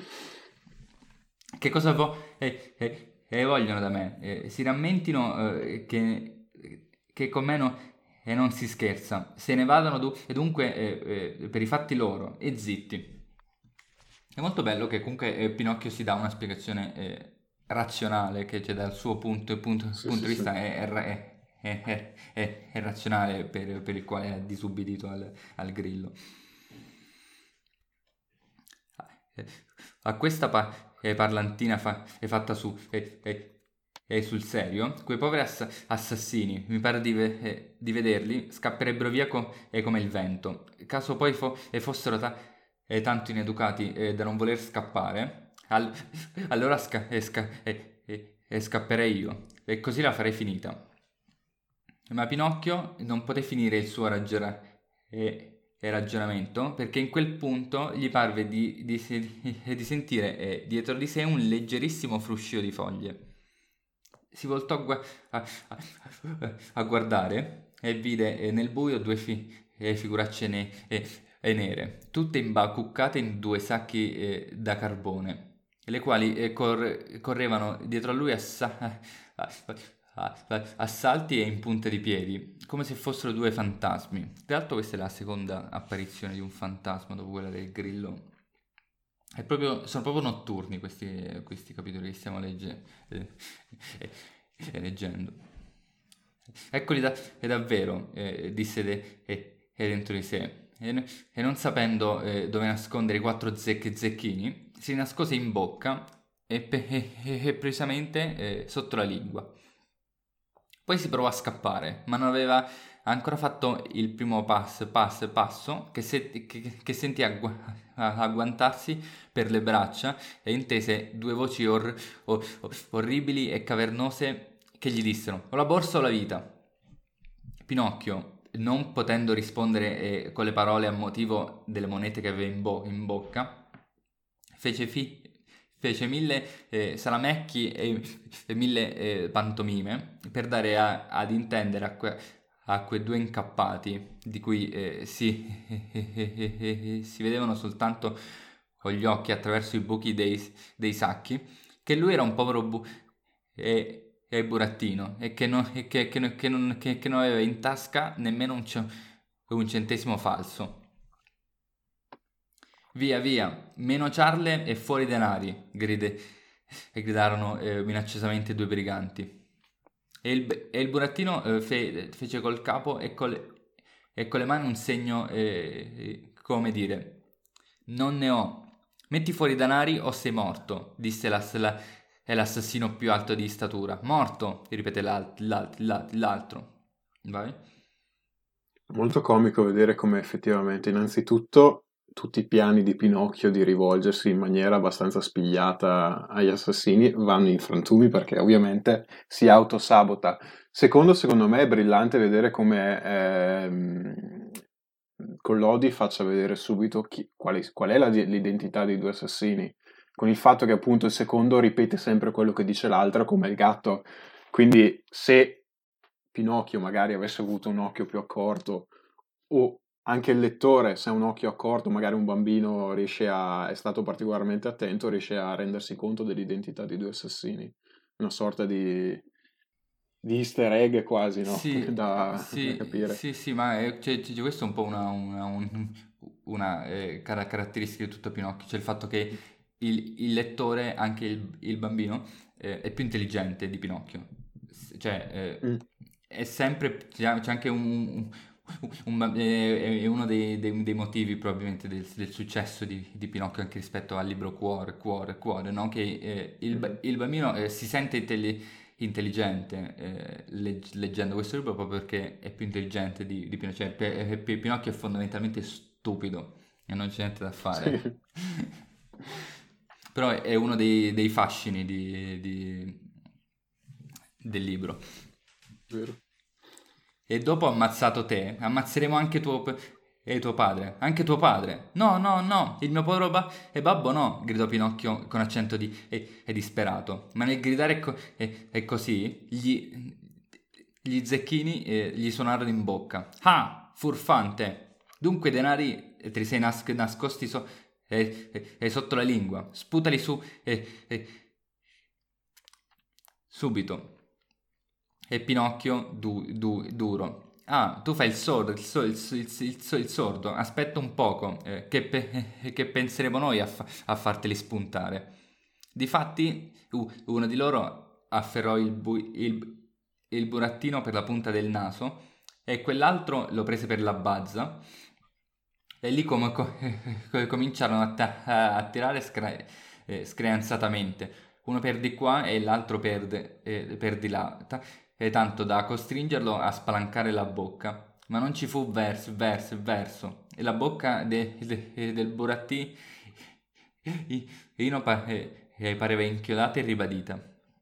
che cosa vo- eh, eh, eh, vogliono da me? Eh, si rammentino eh, che, che con me no- e non si scherza. Se ne vadano du- e dunque eh, eh, per i fatti loro e zitti. È molto bello che comunque eh, Pinocchio si dà una spiegazione eh, razionale, che cioè, dal suo punto, punto- Sì, punto sì, di sì. vista è, è ra- è- è- è- è- è razionale per, per il quale è disubbidito al, al grillo. a questa pa- eh, parlantina fa- è fatta su e, e- e sul serio, quei poveri ass- assassini, mi pare di, ve- eh, di vederli, scapperebbero via co- eh, come il vento. Caso poi fo- e fossero ta- eh, tanto ineducati eh, da non voler scappare, al- allora sca- eh, sca- eh, eh, eh, scapperei io, e così la farei finita. Ma Pinocchio non poté finire il suo raggiera- e, e ragionamento perché in quel punto gli parve di, di se- di sentire eh, dietro di sé un leggerissimo fruscio di foglie. Si voltò a, gua- a- a- a guardare e vide eh, nel buio due fi- eh, figuracce ne- eh, e nere, tutte imbacuccate in due sacchi eh, da carbone, le quali eh, cor- correvano dietro a lui a, sa- a- a- a- a salti e in punta di piedi, come se fossero due fantasmi. Tra l'altro questa è la seconda apparizione di un fantasma dopo quella del grillo. È proprio, sono proprio notturni questi, questi capitoli che stiamo legge- eh, eh, eh, leggendo. Eccoli da, è davvero, eh, disse de, eh, eh, dentro di sé, e, n- e non sapendo eh, dove nascondere i quattro zecchi zecchini, si nascose in bocca e, pe- e- e- e precisamente eh, sotto la lingua. Poi si provò a scappare, ma non aveva ancora fatto il primo pass, pass, passo che, se- che- che sentì aggu- agguantarsi per le braccia e intese due voci or- o- o- orribili e cavernose che gli dissero: o la borsa o la vita. Pinocchio, non potendo rispondere eh, con le parole a motivo delle monete che aveva in, bo- in bocca, fece, fi- fece mille eh, salamecchi e, e mille eh, pantomime per dare a- ad intendere a, que- a quei due incappati, di cui eh, si, si vedevano soltanto con gli occhi attraverso i buchi dei, dei sacchi, che lui era un povero bu- e, e burattino e che non, e che, che non- che non- che- che non aveva in tasca nemmeno un, ce- un centesimo falso. Via, via, meno ciarle e fuori denari, gride- e gridarono eh, minacciosamente due briganti. E il, e il burattino eh, fe- fece col capo e, col- e con le mani un segno, eh, come dire, non ne ho. Metti fuori i denari o sei morto, disse l'ass- la- è l'assassino più alto di statura. Morto, ripete l'al- l'al- l'al- l'altro. Vai. Molto comico vedere come effettivamente, innanzitutto, tutti i piani di Pinocchio di rivolgersi in maniera abbastanza spigliata agli assassini vanno in frantumi perché ovviamente si autosabota. Secondo, secondo me è brillante vedere come ehm, Collodi faccia vedere subito chi- qual è, qual è la- l'identità dei due assassini, con il fatto che appunto il secondo ripete sempre quello che dice l'altro come il gatto. Quindi se Pinocchio magari avesse avuto un occhio più accorto o anche il lettore, se ha un occhio accorto, magari un bambino riesce a, è stato particolarmente attento, riesce a rendersi conto dell'identità dei due assassini. Una sorta di, di easter egg quasi, no? Sì, Da, da sì, capire. sì, sì, ma è- c'è, c'è- questa è un po' una, una- un- una, eh, cara- caratteristica di tutto Pinocchio, cioè il fatto che il, il lettore, anche il, il bambino, eh, è più intelligente di Pinocchio. S- Cioè, eh, Mm, è sempre, c'è c'è anche un, un- un ba- è è uno dei, dei- dei motivi probabilmente del, del successo di, di Pinocchio anche rispetto al libro Cuore, Cuore, Cuore, no? Che eh, il, ba- mhm. il bambino eh, si sente intelli- intelligente eh, legg- leggendo questo libro proprio perché è più intelligente di, di Pinocchio. Cioè, Pe- eh, Pe- Pinocchio è fondamentalmente stupido e non c'è niente da Sì, fare. Però è uno dei, dei fascini di- di- del libro. vero. E dopo ho ammazzato te, ammazzeremo anche tuo, p- e tuo padre. Anche tuo padre. No, no, no, il mio povero ba- e babbo no, gridò Pinocchio con accento di, e, e disperato. Ma nel gridare co- e, e così, gli, gli zecchini eh, gli suonarono in bocca. Ah, furfante! Dunque i denari te li sei nas- nascosti so- e, e- e sotto la lingua. Sputali su e, e- subito. E Pinocchio du- du- duro. Ah, tu fai il sordo, il, so- il, so- il, so- il so- il sordo. Aspetta un poco, eh, che, pe- che penseremo noi a, fa- a farteli spuntare. Difatti, u- uno di loro afferrò il, bu- il- il burattino per la punta del naso e quell'altro lo prese per la bazza e lì come, co- cominciarono a, ta- a tirare scra- eh, screanzatamente. Uno per di qua e l'altro per, de- eh, per di là, ta- e tanto da costringerlo a spalancare la bocca. Ma non ci fu verso, verso, verso. E la bocca de- de- del burattino pa- eh, eh, pareva inchiodata e ribadita.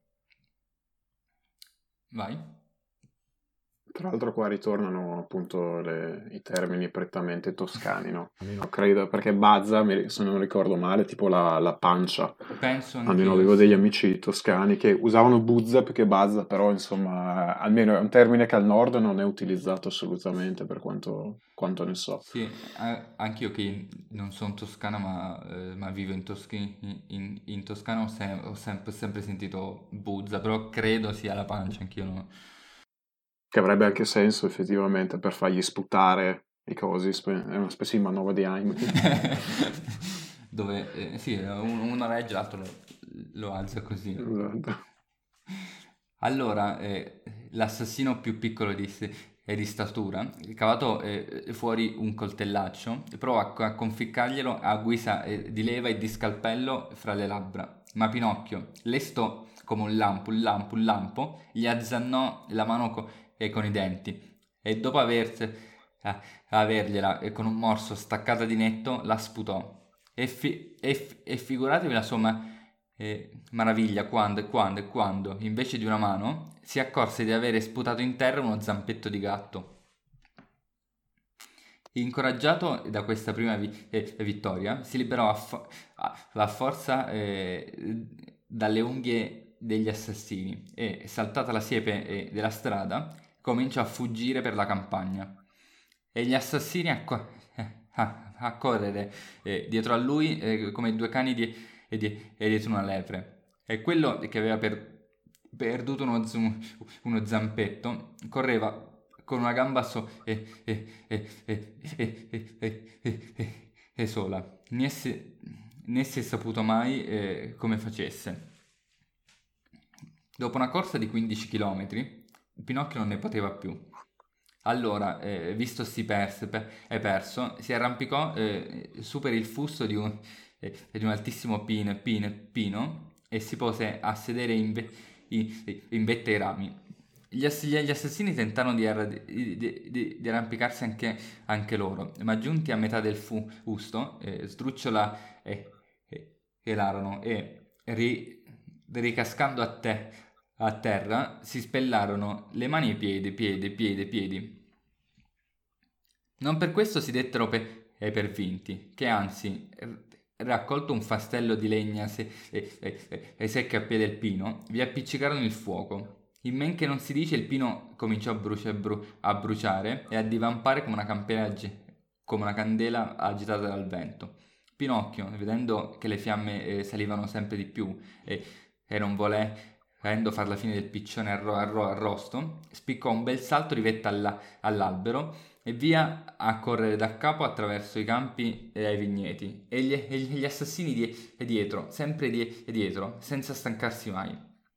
Vai. Tra l'altro qua ritornano appunto le- i termini prettamente toscani, no? Almeno credo, perché bazza, mi- se non ricordo male, tipo la, la pancia. Penso Almeno anch'io, avevo degli sì. amici toscani che usavano buzza più che bazza, però insomma, almeno è un termine che al nord non è utilizzato assolutamente per quanto, quanto ne so. Sì, a- anch'io che non sono toscana ma, eh, ma vivo in, Toschi- in- in Toscana ho, sem- ho sempre, sempre sentito Buzza, però credo sia la pancia, anch'io no. Che avrebbe anche senso effettivamente per fargli sputare i cosi, spe- è una specie di manovra di Heimlich. Dove, eh, sì, un- uno regge, l'altro lo, lo alza così. Esatto. Allora, eh, l'assassino più piccolo di, e di statura, cavato eh, fuori un coltellaccio, provò a, a conficcarglielo a guisa eh, di leva e di scalpello fra le labbra. Ma Pinocchio, lesto come un lampo, un lampo, un lampo, gli azzannò la mano co- eh, con i denti e dopo aver, eh, avergliela eh, con un morso staccata di netto, la sputò. E, fi- e fi- e figuratevi la somma e maraviglia quando e quando e quando, invece di una mano, si accorse di avere sputato in terra uno zampetto di gatto. Incoraggiato da questa prima vi- eh, vittoria, si liberò a, fo- a- a forza eh, dalle unghie degli assassini e, saltata la siepe eh, della strada, cominciò a fuggire per la campagna. E gli assassini a, co- eh, a- a correre eh, dietro a lui eh, come due cani di- e di- e dietro una lepre. E quello che aveva per- perduto uno, zum- uno zampetto correva con una gamba so- e, e, e, e, e, e, e, e, e- e sola. Né si, né si è saputo mai eh, come facesse. Dopo una corsa di quindici chilometri, Pinocchio non ne poteva più. Allora, eh, vistosi perse, pe- e perso, si arrampicò eh, su per il fusto di un, eh, di un altissimo pino, pino, pino e si pose a sedere in, ve- i- in vetta ai rami. Gli, ass- gli assassini tentarono di, arra- di- di- di- di arrampicarsi anche, anche loro, ma giunti a metà del fu- fusto, eh, Sdrucciola e, e, e Larano e ri- ricascando a te a terra si spellarono le mani e i piedi, piedi, piedi, piedi. Non per questo si dettero pe- eh, per vinti, che anzi, r- raccolto un fastello di legna se- e, e- e secche a piede del pino, vi appiccicarono il fuoco. In men che non si dice, il pino cominciò a, bruci- bru- a bruciare e a divampare come una, campena agi- come una candela agitata dal vento. Pinocchio, vedendo che le fiamme eh, salivano sempre di più e, e non volè, volendo far la fine del piccione arro- arro- arrosto, spiccò un bel salto di vetta alla- all'albero e via a correre da capo attraverso i campi e ai vigneti, e gli, e gli assassini die- dietro, sempre die- dietro, senza stancarsi mai.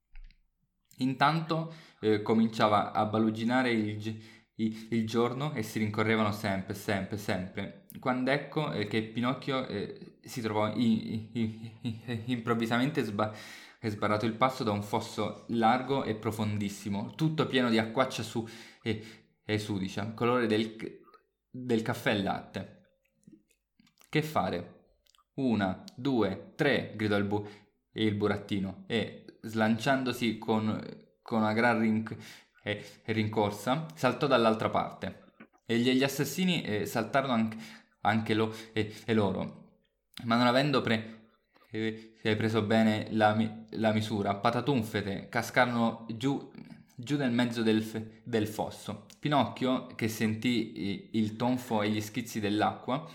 Intanto eh, cominciava a baluginare il, gi- i- il giorno e si rincorrevano sempre, sempre, sempre, quando ecco eh, che Pinocchio eh, si trovò i- i- i- improvvisamente sba- sbarrato il passo da un fosso largo e profondissimo, tutto pieno di acquaccia su e, e sudicia, colore del, del caffè e latte. Che fare? Una, due, tre, gridò il, bu- il burattino e, slanciandosi con, con una gran rin- e- e rincorsa, saltò dall'altra parte. E gli, gli assassini eh, saltarono anche, anche lo- e, e loro, ma non avendo pre- eh, eh, preso bene la, mi- la misura, patatunfete, cascarono giù, giù nel mezzo del, f- del fosso. Pinocchio, che sentì eh, il tonfo e gli schizzi dell'acqua,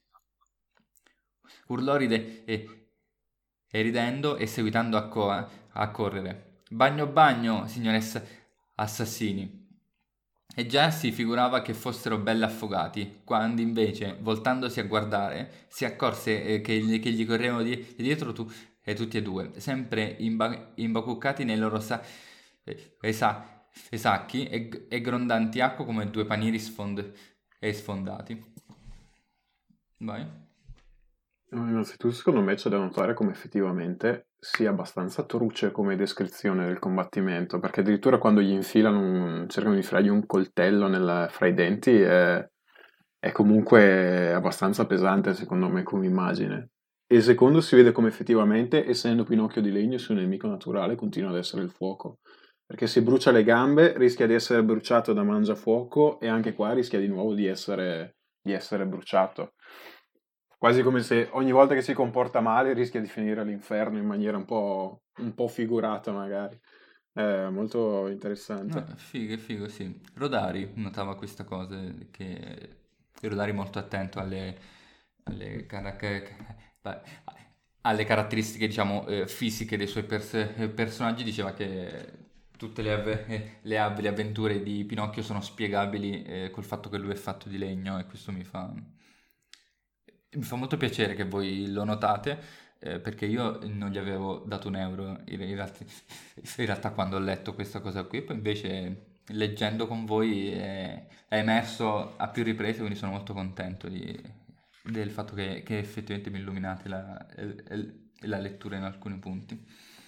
urlò ride- e, e ridendo e seguitando a, co- a correre. Bagno bagno, signoressa assassini. E già si figurava che fossero belli affogati, quando invece, voltandosi a guardare, si accorse eh, che, gli, che gli correvano di- dietro tu, e tutti e due, sempre imba- imbacuccati nei loro sa- eh, esa- sacchi e, e grondanti acqua come due panieri sfond- e sfondati. Vai. No, innanzitutto, secondo me c'è da notare come effettivamente sia abbastanza truce come descrizione del combattimento, perché addirittura quando gli infilano, un- cercano di fargli un coltello nella- fra i denti, è, è comunque abbastanza pesante, secondo me, come immagine. E secondo si vede come effettivamente, essendo Pinocchio di legno, se un nemico naturale continua ad essere il fuoco. Perché se brucia le gambe rischia di essere bruciato da mangiafuoco e anche qua rischia di nuovo di essere, di essere bruciato. Quasi come se ogni volta che si comporta male rischia di finire all'inferno in maniera un po', un po' figurata, magari. È molto No, interessante. figo, figo, sì. Rodari notava questa cosa, che Rodari è molto attento alle, alle, cara- ca- ca- alle caratteristiche, diciamo, eh, fisiche dei suoi pers- eh, personaggi, diceva che tutte le, avve- eh, le av- le avventure di Pinocchio sono spiegabili eh, col fatto che lui è fatto di legno e questo mi fa, mi fa molto piacere che voi lo notate, eh, perché io non gli avevo dato un euro in, in realtà, in realtà quando ho letto questa cosa qui, poi invece leggendo con voi è, è emerso a più riprese, quindi sono molto contento di- del fatto che, che effettivamente mi illuminate la, el- la lettura in alcuni punti.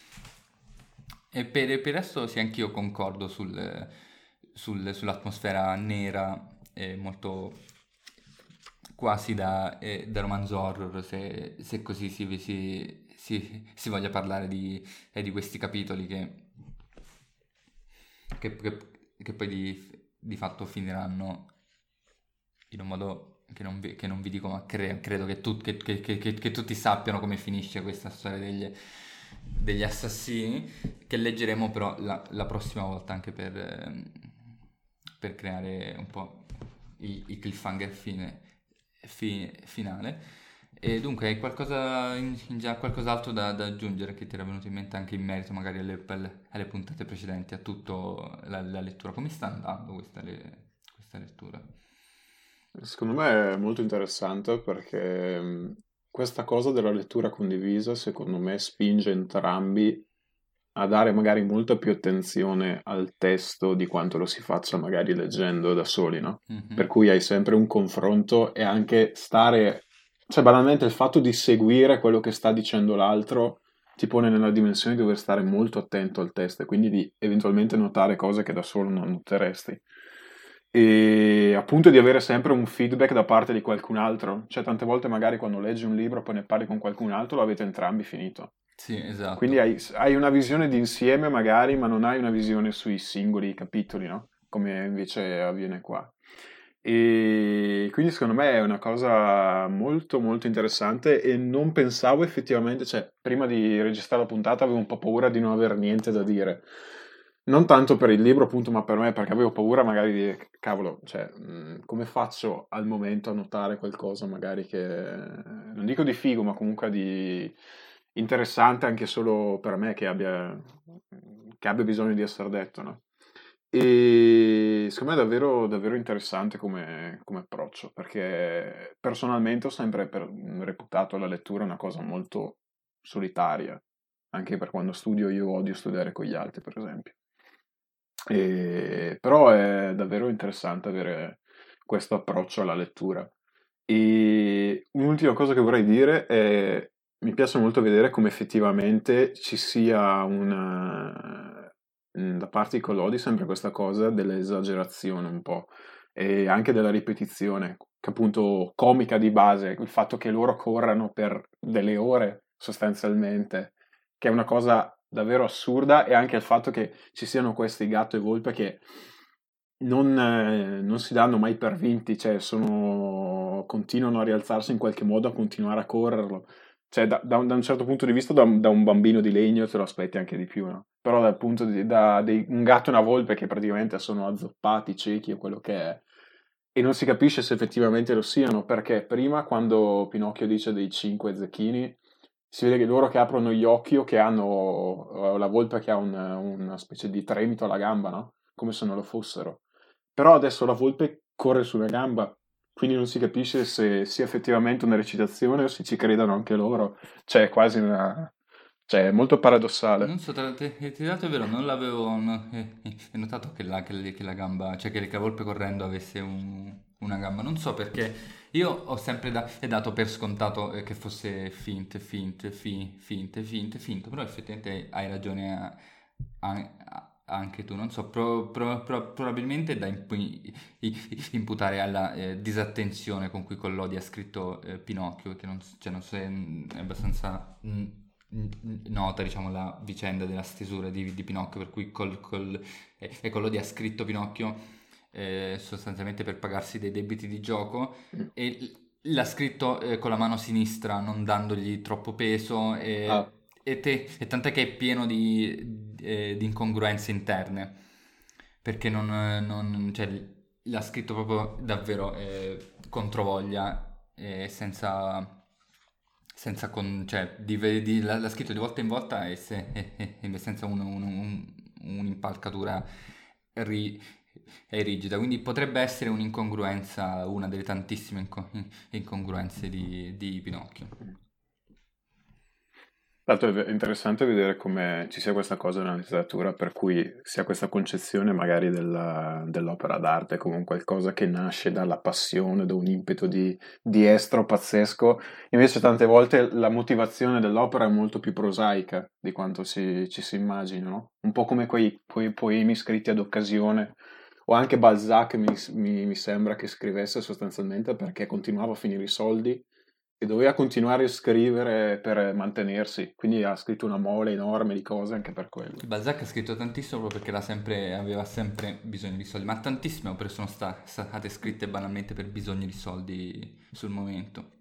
E per, per il resto sì, anch'io concordo sul- sul- sull'atmosfera nera, e molto quasi da, eh, da romanzo horror, se, se così si, si- si- si voglia parlare di, eh, di questi capitoli che, che- che- che poi di, di fatto finiranno in un modo che non vi, che non vi dico, ma cre- credo che, tu- che- che- che- che- che tutti sappiano come finisce questa storia degli, degli assassini, che leggeremo però la, la prossima volta anche per, ehm, per creare un po' il, il cliffhanger fine, fi- finale. E dunque, hai qualcosa in, in già qualcos'altro da, da aggiungere che ti era venuto in mente anche in merito magari alle, alle- alle puntate precedenti, a tutta la, la lettura? Come sta andando questa, le- questa lettura? Secondo me è molto interessante perché mh, questa cosa della lettura condivisa, secondo me, spinge entrambi a dare magari molta più attenzione al testo di quanto lo si faccia magari leggendo da soli, no? Per Mhm. cui hai sempre un confronto e anche stare, cioè banalmente il fatto di seguire quello che sta dicendo l'altro ti pone nella dimensione di dover stare molto attento al testo e quindi di eventualmente notare cose che da solo non noteresti. E appunto di avere sempre un feedback da parte di qualcun altro. Cioè, tante volte magari quando leggi un libro, poi ne parli con qualcun altro, lo avete entrambi finito. Sì, Quindi esatto. hai, hai una visione d'insieme magari, ma non hai una visione sui singoli capitoli, no? Come invece avviene qua. E quindi secondo me è una cosa molto molto interessante e non pensavo effettivamente, cioè prima di registrare la puntata avevo un po' paura di non aver niente da dire. Non tanto per il libro, appunto, ma per me, perché avevo paura magari di, cavolo, cioè, mh, come faccio al momento a notare qualcosa magari che, non dico di figo, ma comunque di interessante anche solo per me che abbia, che abbia bisogno di essere detto, no? E secondo me è davvero, davvero interessante come, come approccio, perché personalmente ho sempre per- reputato la lettura una cosa molto solitaria, anche per quando studio io odio studiare con gli altri, per esempio. E- però è davvero interessante avere questo approccio alla lettura. E un'ultima cosa che vorrei dire è, mi piace molto vedere come effettivamente ci sia una, mm, da parte di Collodi sempre questa cosa dell'esagerazione un po' e anche della ripetizione, che appunto comica di base, il fatto che loro corrano per delle ore sostanzialmente, che è una cosa davvero assurda, e anche il fatto che ci siano questi gatto e volpe che non, eh, non si danno mai per vinti, cioè sono, continuano a rialzarsi in qualche modo, a continuare a correrlo. Cioè, da, da un, da un certo punto di vista, da un, da un bambino di legno te lo aspetti anche di più, no? Però dal punto di da dei- un gatto e una volpe che praticamente sono azzoppati, ciechi o quello che è, e non si capisce se effettivamente lo siano, perché prima, quando Pinocchio dice dei cinque zecchini, si vede che loro che aprono gli occhi o che hanno, o la volpe che ha un- una specie di tremito alla gamba, no? Come se non lo fossero. Però adesso la volpe corre sulla gamba, quindi non si capisce se sia effettivamente una recitazione o se ci credano anche loro. Cioè, è quasi una... cioè, è molto paradossale. Non so, tra te, ti ti dato è vero, non l'avevo no, eh, eh, notato che la, che, le- che la gamba, cioè che la volpe correndo avesse un, una gamba. Non so perché io ho sempre da- dato per scontato eh, che fosse finte, finte, fi- finte, finte, finto, però effettivamente hai ragione a- a- a- anche tu. Non so, pro- pro- pro- probabilmente da impu- i- i- imputare alla eh, disattenzione con cui Collodi ha scritto eh, Pinocchio, che non, s- cioè, non so se mm, è abbastanza mm, mm, nota, diciamo, la vicenda della stesura di, di Pinocchio, per cui col, col, eh, e Collodi ha scritto Pinocchio eh, sostanzialmente per pagarsi dei debiti di gioco Mm. e l- l'ha scritto eh, con la mano sinistra, non dandogli troppo peso Ah, e, e te- e tant'è che è pieno di, eh, di incongruenze interne, perché non, non- cioè, l'ha scritto proprio davvero eh, controvoglia e senza... Senza con, cioè, di, di- l'ha, l'ha scritto di volta in volta e, se- e- e- e senza un- un- un- un'impalcatura ri- è rigida, quindi potrebbe essere un'incongruenza, una delle tantissime inco- incongruenze di, di Pinocchio. Tra l'altro è interessante vedere come ci sia questa cosa nella letteratura per cui si ha questa concezione magari della- dell'opera d'arte come qualcosa che nasce dalla passione, da un impeto di, di estro pazzesco. Invece tante volte la motivazione dell'opera è molto più prosaica di quanto si- ci si immagina, no? Un po' come quei, quei poemi scritti ad occasione, o anche Balzac mi, mi- mi sembra che scrivesse sostanzialmente perché continuava a finire i soldi e doveva continuare a scrivere per mantenersi, quindi ha scritto una mole enorme di cose anche per quello. Balzac ha scritto tantissimo proprio perché l'ha sempre- aveva sempre bisogno di soldi, ma tantissime opere sono sta- state scritte banalmente per bisogno di soldi sul momento.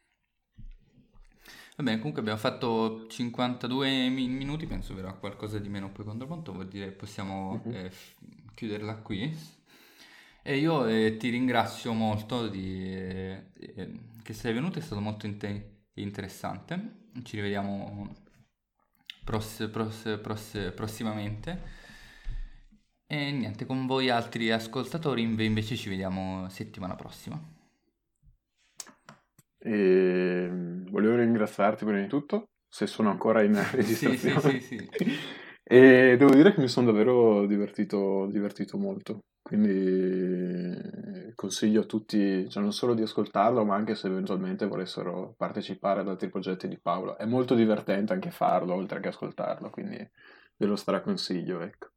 Va bene, comunque abbiamo fatto cinquantadue mi- minuti, penso verrà qualcosa di meno poi contropunto, vuol dire che possiamo Mhm. eh, f- chiuderla qui. E io eh, ti ringrazio molto di, eh, eh, che sei venuto, è stato molto inte- interessante. Ci rivediamo pross- pross- pross- prossimamente. E niente, con voi altri ascoltatori inve- invece ci vediamo settimana prossima. E volevo ringraziarti prima di tutto, se sono ancora in Sì, sì, sì, registrazione, sì. e devo dire che mi sono davvero divertito, divertito molto, quindi consiglio a tutti, cioè non solo di ascoltarlo, ma anche se eventualmente volessero partecipare ad altri progetti di Paolo. È molto divertente anche farlo, oltre che ascoltarlo, quindi ve lo straconsiglio, ecco.